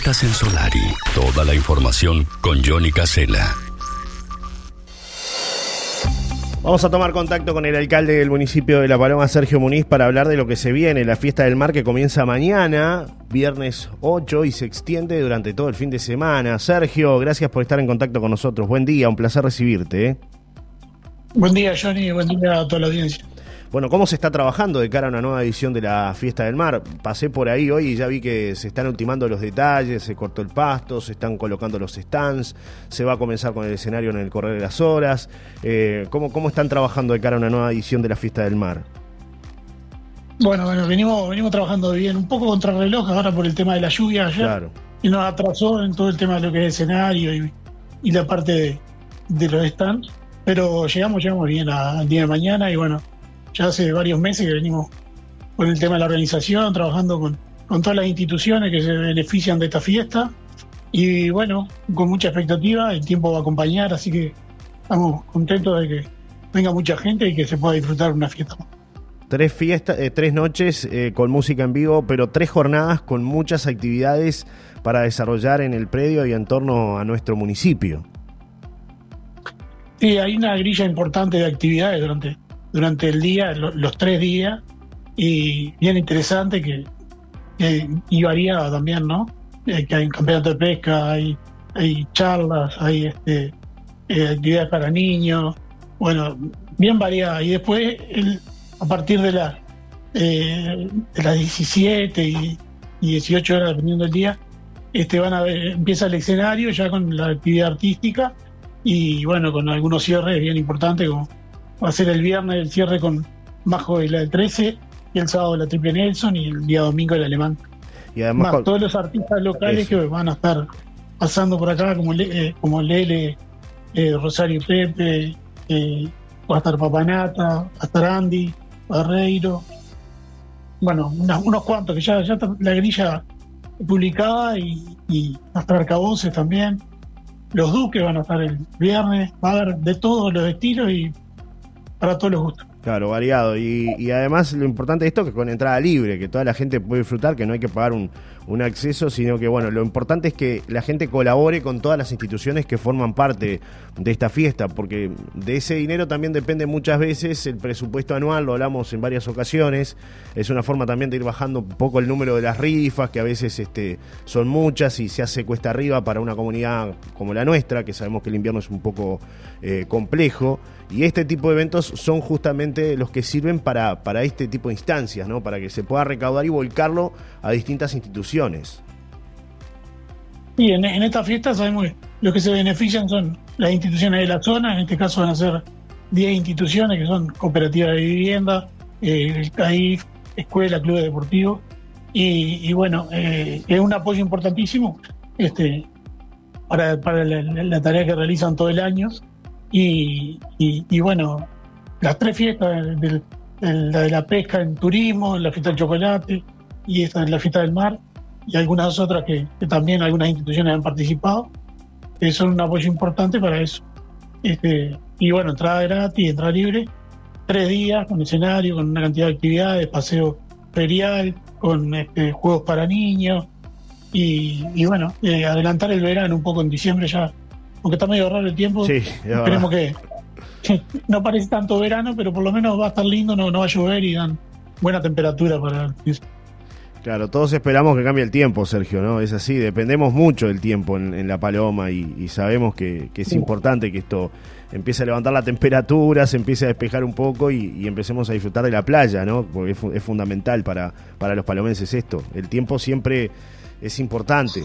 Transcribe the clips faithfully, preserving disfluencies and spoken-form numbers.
Estás en Solari. Toda la información con Johnny Casella. Vamos a tomar contacto con el alcalde del municipio de La Paloma, Sergio Muniz, para hablar de lo que se viene, la fiesta del mar que comienza mañana, viernes ocho, y se extiende durante todo el fin de semana. Sergio, gracias por estar en contacto con nosotros. Buen día, un placer recibirte, ¿eh? Buen día, Johnny, buen día a toda la audiencia. Bueno, ¿cómo se está trabajando de cara a una nueva edición de la Fiesta del Mar? Pasé por ahí hoy y ya vi que se están ultimando los detalles, se cortó el pasto, se están colocando los stands, se va a comenzar con el escenario en el correr de las horas. Eh, ¿cómo, ¿Cómo están trabajando de cara a una nueva edición de la Fiesta del Mar? Bueno, bueno, venimos venimos trabajando bien, un poco contrarreloj ahora por el tema de la lluvia ayer, Claro. Y nos atrasó en todo el tema de lo que es escenario y, y la parte de, de los stands, pero llegamos, llegamos bien al día de mañana y bueno, ya hace varios meses que venimos con el tema de la organización, trabajando con, con todas las instituciones que se benefician de esta fiesta y bueno, con mucha expectativa, el tiempo va a acompañar, así que estamos contentos de que venga mucha gente y que se pueda disfrutar una fiesta. Tres fiestas, eh, tres noches eh, con música en vivo, pero tres jornadas con muchas actividades para desarrollar en el predio y en torno a nuestro municipio. Sí, hay una grilla importante de actividades durante durante el día, lo, los tres días, y bien interesante que, que y variada también, ¿no? Eh, que hay un campeonato de pesca, hay, hay charlas, hay este, eh, actividades para niños, bueno, bien variada. Y después, el, a partir de, la, eh, de las diecisiete y, y dieciocho horas, dependiendo del día, este, van a ver, empieza el escenario ya con la actividad artística y, bueno, con algunos cierres bien importantes, como va a ser el viernes el cierre con Majo y la del trece, y el sábado la Triple Nelson, y el día domingo el Alemán. Y además Más con... todos los artistas locales Eso. que van a estar pasando por acá, como, Le, eh, como Lele, eh, Rosario Pepe, eh, va a estar Papanata, va a estar Andy, Barreiro, bueno, unas, unos cuantos que ya, ya está la grilla publicada, y, y va a estar Arcaboces también. Los Duques van a estar el viernes, va a haber de todos los estilos y para todos los gustos. Claro, variado. Y, y además lo importante de esto es que con entrada libre, que toda la gente puede disfrutar, que no hay que pagar un, un acceso, sino que bueno, lo importante es que la gente colabore con todas las instituciones que forman parte de esta fiesta, porque de ese dinero también depende muchas veces el presupuesto anual, lo hablamos en varias ocasiones, es una forma también de ir bajando un poco el número de las rifas, que a veces este, son muchas y se hace cuesta arriba para una comunidad como la nuestra, que sabemos que el invierno es un poco eh, complejo, y este tipo de eventos son justamente los que sirven para, para este tipo de instancias, ¿no? Para que se pueda recaudar y volcarlo a distintas instituciones. Y en, en esta fiesta sabemos que los que se benefician son las instituciones de la zona, en este caso van a ser diez instituciones que son cooperativas de vivienda, eh, el C A I F, escuela, clubes deportivos, y, y bueno, eh, es un apoyo importantísimo este, para, para la, la tarea que realizan todo el año. Y, y, y bueno, las tres fiestas, del, del, la de la pesca en turismo, la fiesta del chocolate y esta la fiesta del mar, y algunas otras que, que también algunas instituciones han participado, que son un apoyo importante para eso. Este, y bueno, entrada gratis, entrada libre, tres días con escenario, con una cantidad de actividades, paseo ferial, con este, juegos para niños, y, y bueno, eh, adelantar el verano un poco en diciembre ya. Aunque está medio raro el tiempo, Sí, esperemos que, que no parece tanto verano, pero por lo menos va a estar lindo, no, no va a llover y dan buena temperatura para eso. Claro, todos esperamos que cambie el tiempo, Sergio, ¿no? Es así, dependemos mucho del tiempo en, en La Paloma y, y sabemos que, que es Sí. importante que esto empiece a levantar la temperatura, se empiece a despejar un poco y, y empecemos a disfrutar de la playa, ¿no? Porque es, fu- es fundamental para, para los palomenses esto. El tiempo siempre es importante.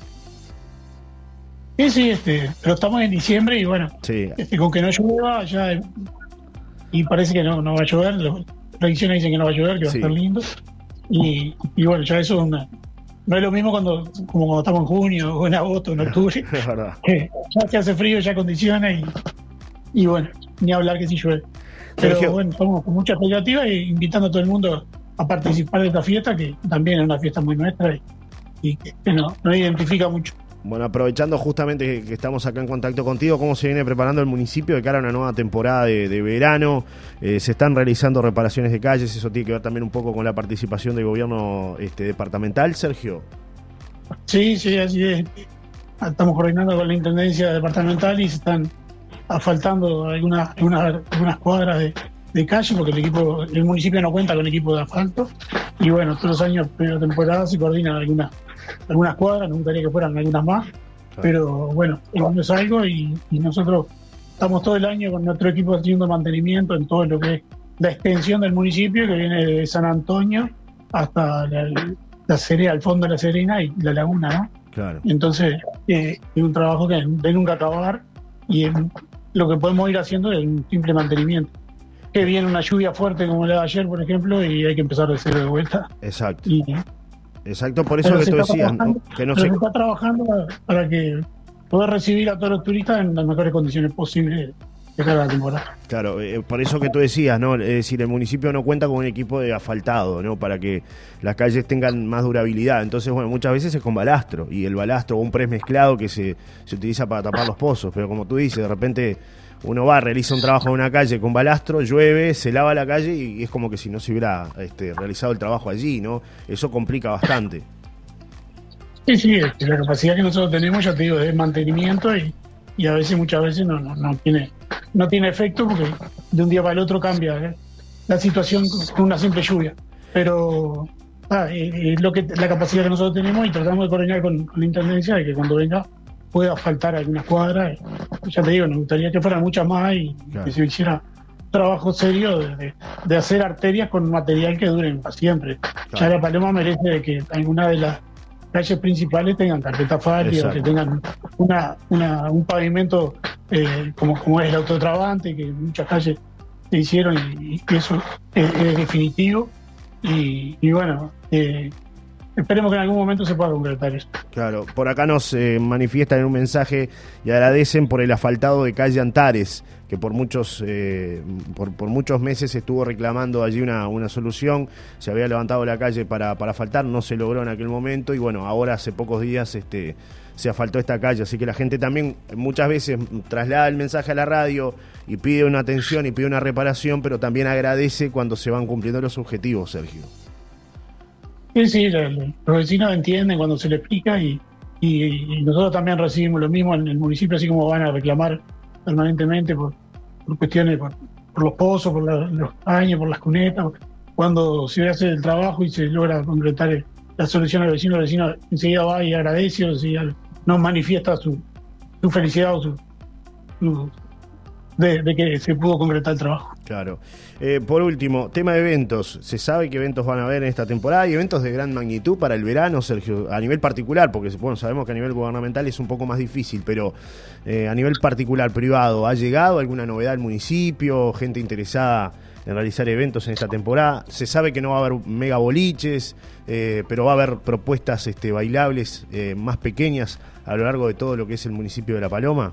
Sí, sí, este, pero estamos en diciembre y bueno, Sí, este, con que no llueva ya, y parece que no, no va a llover, las predicciones dicen que no va a llover, que va Sí. a estar lindo, y, y bueno, ya eso es una, no es lo mismo cuando como cuando estamos en junio o en agosto, en octubre, es verdad. que ya que hace frío, ya condiciona y, y bueno, ni hablar que si llueve. Pero Sergio. bueno, estamos con mucha expectativa e invitando a todo el mundo a participar de esta fiesta, que también es una fiesta muy nuestra y, y que no, nos identifica mucho. Bueno, aprovechando justamente que, que estamos acá en contacto contigo, ¿cómo se viene preparando el municipio de cara a una nueva temporada de, de verano? Eh, ¿Se están realizando reparaciones de calles? Eso tiene que ver también un poco con la participación del gobierno este, departamental, Sergio. Sí, sí, así es. Estamos coordinando con la Intendencia Departamental y se están asfaltando algunas, algunas, algunas cuadras de, de calle, porque el equipo, el municipio no cuenta con equipo de asfalto. Y bueno, todos los años, primera temporada, se coordinan algunas, algunas cuadras, me gustaría que fueran algunas más. Claro. Pero bueno, el año es algo y, y nosotros estamos todo el año con nuestro equipo haciendo mantenimiento en todo lo que es la extensión del municipio, que viene de San Antonio hasta la, la Serena, al fondo de la Serena y la laguna, ¿no? Claro. Entonces, eh, es un trabajo que de nunca acabar y eh, lo que podemos ir haciendo es un simple mantenimiento. Que viene una lluvia fuerte como la de ayer, por ejemplo, y hay que empezar de cero de vuelta. Exacto. Y, Exacto, por eso que tú decías, ¿no? Que no se se... está trabajando para, para que poder recibir a todos los turistas en las mejores condiciones posibles de cada temporada. Claro, eh, por eso que tú decías, ¿no? Es decir, el municipio no cuenta con un equipo de asfaltado, ¿no? Para que las calles tengan más durabilidad. Entonces, bueno, muchas veces es con balastro, y el balastro o un premezclado que se, se utiliza para tapar los pozos. Pero como tú dices, de repente uno va, realiza un trabajo en una calle con balastro, llueve, se lava la calle y es como que si no se hubiera este, realizado el trabajo allí, ¿no? Eso complica bastante. Sí, sí, la capacidad que nosotros tenemos, ya te digo, es mantenimiento y, y a veces, muchas veces no, no, no tiene no tiene efecto porque de un día para el otro cambia, ¿eh? La situación con una simple lluvia. Pero ah, es lo que la capacidad que nosotros tenemos y tratamos de coordinar con, con la Intendencia de que cuando venga pueda faltar algunas cuadras. Y, ya te digo, nos gustaría que fueran muchas más y claro, que se hiciera trabajo serio de, de, de hacer arterias con material que duren para siempre. Claro. Ya la Paloma merece que alguna de las calles principales tengan carpeta asfáltica, que tengan una, una, un pavimento eh, como, como es el autotrabante, que muchas calles se hicieron y, y eso es, es definitivo. Y, y bueno, eh, esperemos que en algún momento se pueda concretar eso. Claro, por acá nos eh, manifiestan en un mensaje y agradecen por el asfaltado de calle Antares, que por muchos eh, por, por muchos meses estuvo reclamando allí una, una solución. Se había levantado la calle para, para asfaltar, no se logró en aquel momento y bueno, ahora hace pocos días este se asfaltó esta calle, así que la gente también muchas veces traslada el mensaje a la radio y pide una atención y pide una reparación, pero también agradece cuando se van cumpliendo los objetivos, Sergio. Sí, sí, los vecinos entienden cuando se les explica y, y, y nosotros también recibimos lo mismo en el municipio, así como van a reclamar permanentemente por, por cuestiones, por, por los pozos, por la, los años, por las cunetas. Cuando se hace el trabajo y se logra concretar la solución al vecino, el vecino enseguida va y agradece, o sea, nos manifiesta su, su felicidad o su, su de, de que se pudo concretar el trabajo. Claro. Eh, por último, tema de eventos. ¿Se sabe qué eventos van a haber en esta temporada? ¿Y eventos de gran magnitud para el verano, Sergio? A nivel particular, porque bueno, sabemos que a nivel gubernamental es un poco más difícil, pero eh, a nivel particular, privado, ¿ha llegado alguna novedad al municipio? ¿Gente interesada en realizar eventos en esta temporada? Se sabe que no va a haber mega boliches, eh, pero va a haber propuestas este, bailables eh, más pequeñas a lo largo de todo lo que es el municipio de La Paloma.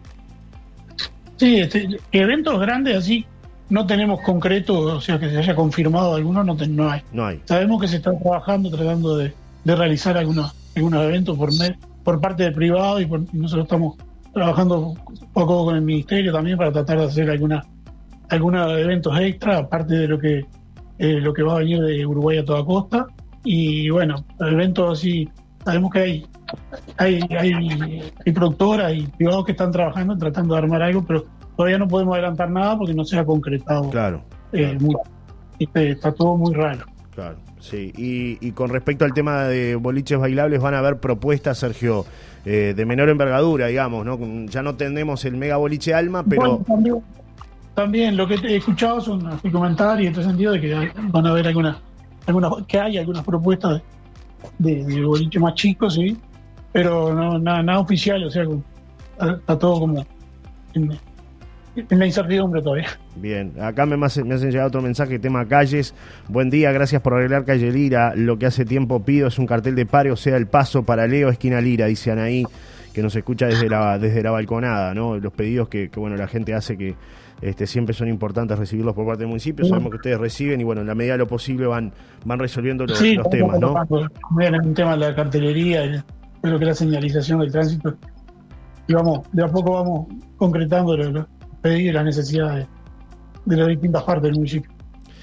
Sí, este, eventos grandes así no tenemos concreto, o sea, que se haya confirmado alguno, no, te, no hay. No hay. Sabemos que se está trabajando, tratando de, de realizar algunos, algunos eventos por, por parte del privado y, por, y nosotros estamos trabajando un poco con el ministerio también para tratar de hacer alguna algunos eventos extra, aparte de lo que eh, lo que va a venir de Uruguay a toda costa. Y bueno, eventos así, sabemos que hay hay, hay, hay productoras y privados que están trabajando tratando de armar algo, pero todavía no podemos adelantar nada porque no se ha concretado. Claro. Eh, claro. Muy, este, está todo muy raro. Claro, sí. Y, y con respecto al tema de boliches bailables, van a haber propuestas, Sergio, eh, de menor envergadura, digamos, ¿no? Ya no tenemos el mega boliche Alma, pero... Bueno, también, también lo que he escuchado son así comentarios en este sentido de que hay, van a haber algunas, algunas que hay algunas propuestas de, de boliche más chicos, sí, pero no nada, nada oficial, o sea, está todo como en, en la incertidumbre todavía. Bien, acá me, me hacen llegado otro mensaje, tema calles. Buen día, gracias por arreglar calle Lira. Lo que hace tiempo pido es un cartel de pare, o sea, el paso para Leo, esquina Lira, dice Anaí, que nos escucha desde la desde la balconada, ¿no? Los pedidos que, que bueno, la gente hace que este siempre son importantes recibirlos por parte del municipio. Sí. Sabemos que ustedes reciben y bueno, en la medida de lo posible van van resolviendo los, sí, los temas, ¿no? Miren, un tema de la cartelería y lo que es la señalización del tránsito. Y vamos, de a poco vamos concretando los pedidos y las necesidades de las distintas partes del municipio.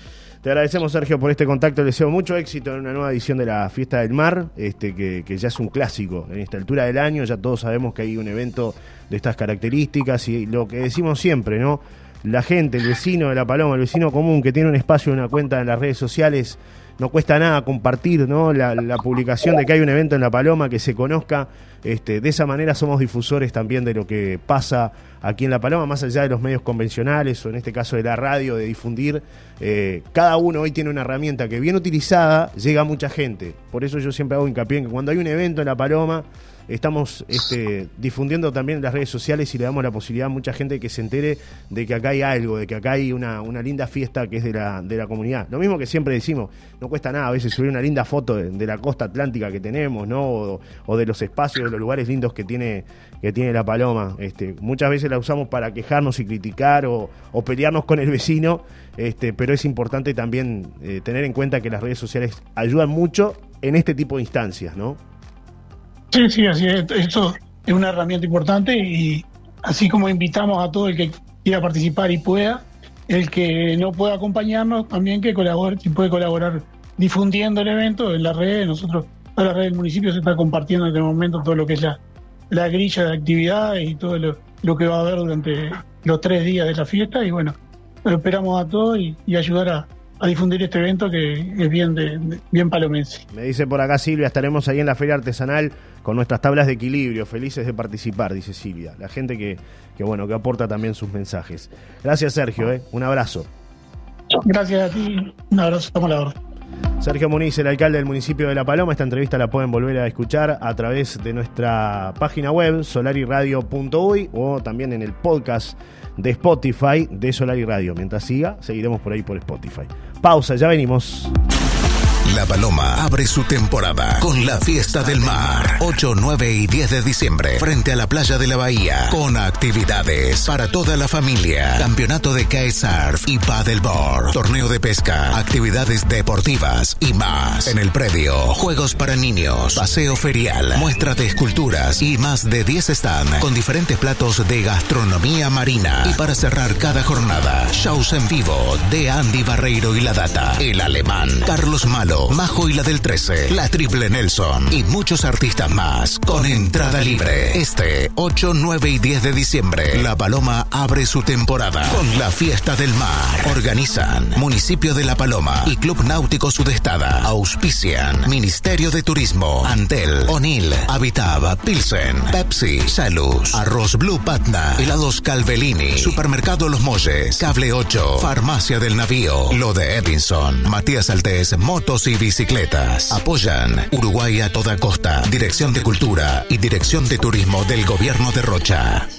Te agradecemos, Sergio, por este contacto. Les deseo mucho éxito en una nueva edición de la Fiesta del Mar, este, que, que ya es un clásico en esta altura del año. Ya todos sabemos que hay un evento de estas características y lo que decimos siempre, ¿no? La gente, el vecino de La Paloma, el vecino común que tiene un espacio, una cuenta en las redes sociales, no cuesta nada compartir, ¿no? la, la publicación de que hay un evento en La Paloma, que se conozca. Este, de esa manera somos difusores también de lo que pasa aquí en La Paloma, más allá de los medios convencionales o en este caso de la radio, de difundir. Eh, cada uno hoy tiene una herramienta que bien utilizada llega a mucha gente. Por eso yo siempre hago hincapié en que cuando hay un evento en La Paloma, estamos este, difundiendo también en las redes sociales y le damos la posibilidad a mucha gente que se entere de que acá hay algo, de que acá hay una, una linda fiesta que es de la, de la comunidad. Lo mismo que siempre decimos, no cuesta nada a veces subir una linda foto de, de la costa atlántica que tenemos, ¿no? O, o de los espacios, de los lugares lindos que tiene, que tiene La Paloma. Este, muchas veces la usamos para quejarnos y criticar o, o pelearnos con el vecino, este, pero es importante también eh, tener en cuenta que las redes sociales ayudan mucho en este tipo de instancias, ¿no? Sí, sí, así es. Esto es una herramienta importante y así como invitamos a todo el que quiera participar y pueda, el que no pueda acompañarnos también que colabore, si puede colaborar difundiendo el evento en las redes. Nosotros, toda la red del municipio se está compartiendo en este momento todo lo que es la, la grilla de actividades y todo lo, lo que va a haber durante los tres días de la fiesta y bueno, lo esperamos a todos y, y ayudar a a difundir este evento que es bien de, de bien palomense. Me dice por acá Silvia, estaremos ahí en la feria artesanal con nuestras tablas de equilibrio, felices de participar, dice Silvia. La gente que, que bueno, que aporta también sus mensajes. Gracias, Sergio, ¿eh? Un abrazo. Gracias a ti, un abrazo, estamos a la orden. Sergio Muniz, el alcalde del municipio de La Paloma. Esta entrevista la pueden volver a escuchar a través de nuestra página web, solari radio punto uy, o también en el podcast de Spotify de Solari Radio. Mientras siga, seguiremos por ahí por Spotify. Pausa, ya venimos. La Paloma abre su temporada con la Fiesta del Mar, ocho, nueve y diez de diciembre, frente a la playa de la Bahía, con actividades para toda la familia, campeonato de kitesurf y paddleboard, torneo de pesca, actividades deportivas y más. En el predio, juegos para niños, paseo ferial, muestra de esculturas y más de diez stands con diferentes platos de gastronomía marina. Y para cerrar cada jornada, shows en vivo de Andy Barreiro y La Data, El Alemán, Carlos Malo, Majo y la del trece, La Triple Nelson y muchos artistas más con entrada libre. Este ocho, nueve y diez de diciembre, La Paloma abre su temporada con la Fiesta del Mar. Organizan Municipio de La Paloma y Club Náutico Sudestada. Auspician Ministerio de Turismo, Antel, O'Neill, Habitab, Pilsen, Pepsi, Salus, Arroz Blue Patna, Helados Calvelini, Supermercado Los Molles, Cable ocho, Farmacia del Navío, Lo de Edinson, Matías Altés, Motos y Bicicletas. Apoyan Uruguay a toda costa, Dirección de Cultura y Dirección de Turismo del Gobierno de Rocha.